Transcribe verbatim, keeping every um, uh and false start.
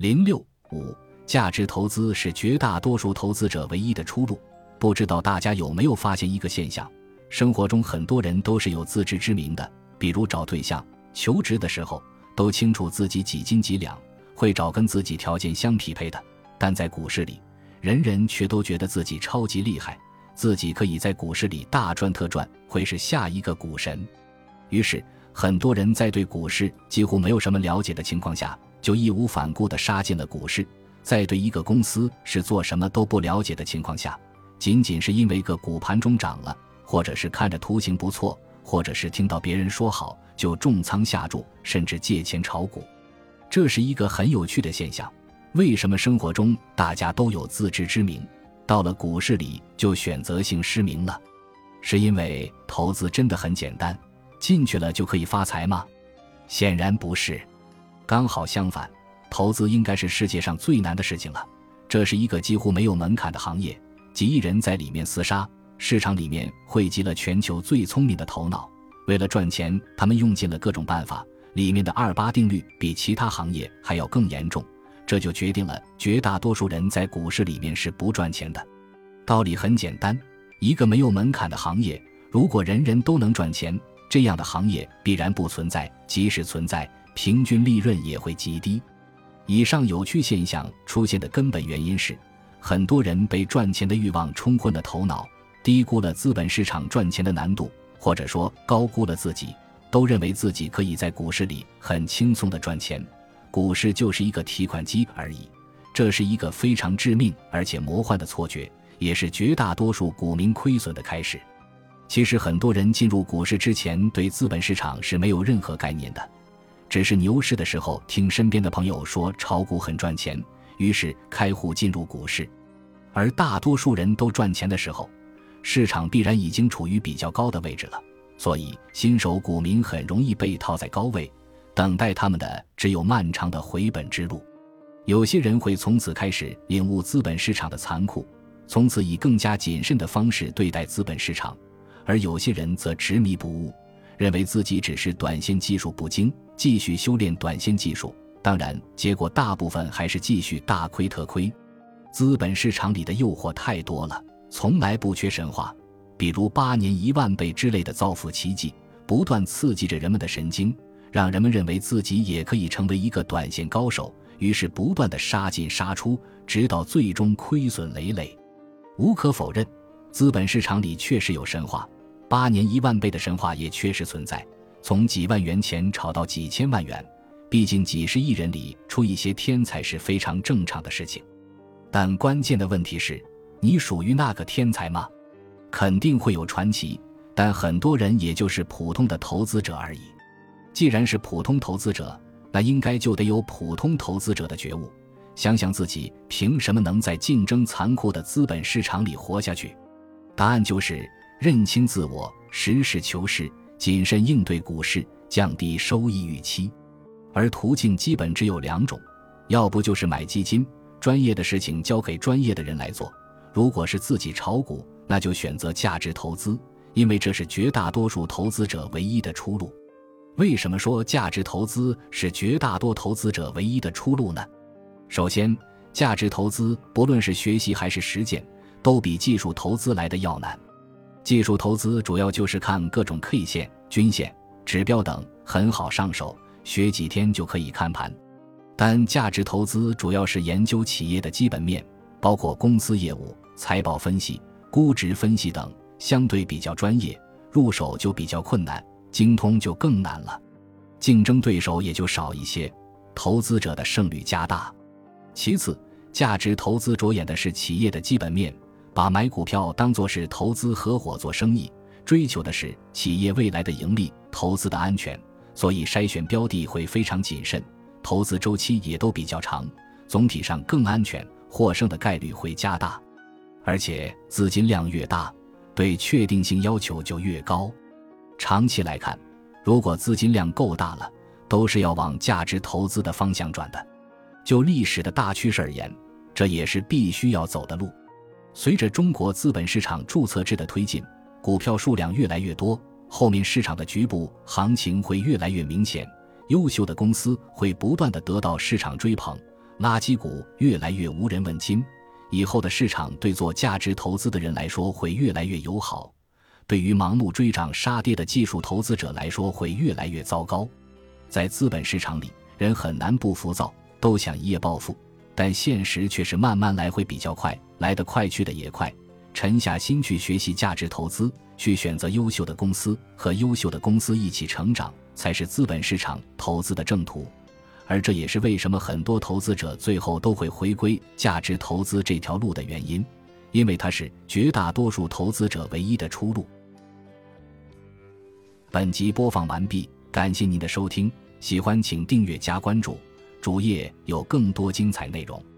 零六五价值投资是绝大多数投资者唯一的出路。不知道大家有没有发现一个现象，生活中很多人都是有自知之明的，比如找对象、求职的时候都清楚自己几斤几两，会找跟自己条件相匹配的，但在股市里，人人却都觉得自己超级厉害，自己可以在股市里大赚特赚，会是下一个股神。于是很多人在对股市几乎没有什么了解的情况下，就义无反顾地杀进了股市。在对一个公司是做什么都不了解的情况下，仅仅是因为个股盘中涨了，或者是看着图形不错，或者是听到别人说好，就重仓下注，甚至借钱炒股。这是一个很有趣的现象。为什么生活中大家都有自知之明，到了股市里就选择性失明了？是因为投资真的很简单，进去了就可以发财吗？显然不是。刚好相反，投资应该是世界上最难的事情了。这是一个几乎没有门槛的行业，几亿人在里面厮杀，市场里面汇集了全球最聪明的头脑，为了赚钱，他们用尽了各种办法，里面的二八定律比其他行业还要更严重，这就决定了绝大多数人在股市里面是不赚钱的。道理很简单，一个没有门槛的行业，如果人人都能赚钱，这样的行业必然不存在，即使存在，平均利润也会极低。以上有趣现象出现的根本原因是，很多人被赚钱的欲望冲昏了头脑，低估了资本市场赚钱的难度，或者说高估了自己，都认为自己可以在股市里很轻松地赚钱，股市就是一个提款机而已。这是一个非常致命而且魔幻的错觉，也是绝大多数股民亏损的开始。其实很多人进入股市之前对资本市场是没有任何概念的，只是牛市的时候听身边的朋友说炒股很赚钱，于是开户进入股市。而大多数人都赚钱的时候，市场必然已经处于比较高的位置了，所以新手股民很容易被套在高位，等待他们的只有漫长的回本之路。有些人会从此开始领悟资本市场的残酷，从此以更加谨慎的方式对待资本市场，而有些人则执迷不悟，认为自己只是短线技术不精，继续修炼短线技术，当然结果大部分还是继续大亏特亏。资本市场里的诱惑太多了，从来不缺神话，比如八年一万倍之类的造富奇迹，不断刺激着人们的神经，让人们认为自己也可以成为一个短线高手，于是不断的杀进杀出，直到最终亏损累累。无可否认，资本市场里确实有神话，八年一万倍的神话也确实存在，从几万元钱炒到几千万元，毕竟几十亿人里出一些天才是非常正常的事情。但关键的问题是，你属于那个天才吗？肯定会有传奇，但很多人也就是普通的投资者而已。既然是普通投资者，那应该就得有普通投资者的觉悟，想想自己凭什么能在竞争残酷的资本市场里活下去？答案就是认清自我，实事求是，谨慎应对股市，降低收益预期。而途径基本只有两种，要不就是买基金，专业的事情交给专业的人来做，如果是自己炒股，那就选择价值投资，因为这是绝大多数投资者唯一的出路。为什么说价值投资是绝大多数投资者唯一的出路呢？首先，价值投资不论是学习还是实践，都比技术投资来的要难。技术投资主要就是看各种 K 线、均线、指标等，很好上手，学几天就可以看盘。但价值投资主要是研究企业的基本面，包括公司业务、财报分析、估值分析等，相对比较专业，入手就比较困难，精通就更难了，竞争对手也就少一些，投资者的胜率加大。其次，价值投资着眼的是企业的基本面，把买股票当作是投资合伙做生意，追求的是企业未来的盈利、投资的安全，所以筛选标的会非常谨慎，投资周期也都比较长，总体上更安全，获胜的概率会加大。而且资金量越大，对确定性要求就越高。长期来看，如果资金量够大了，都是要往价值投资的方向转的。就历史的大趋势而言，这也是必须要走的路。随着中国资本市场注册制的推进，股票数量越来越多，后面市场的局部行情会越来越明显，优秀的公司会不断地得到市场追捧， 垃圾股越来越无人问津，以后的市场对做价值投资的人来说会越来越友好，对于盲目追涨杀跌的技术投资者来说会越来越糟糕。在资本市场里，人很难不浮躁，都想一夜暴富，但现实却是慢慢来会比较快，来得快去得也快。沉下心去学习价值投资，去选择优秀的公司，和优秀的公司一起成长，才是资本市场投资的正途。而这也是为什么很多投资者最后都会回归价值投资这条路的原因，因为它是绝大多数投资者唯一的出路。本集播放完毕，感谢您的收听，喜欢请订阅加关注，主页有更多精彩内容。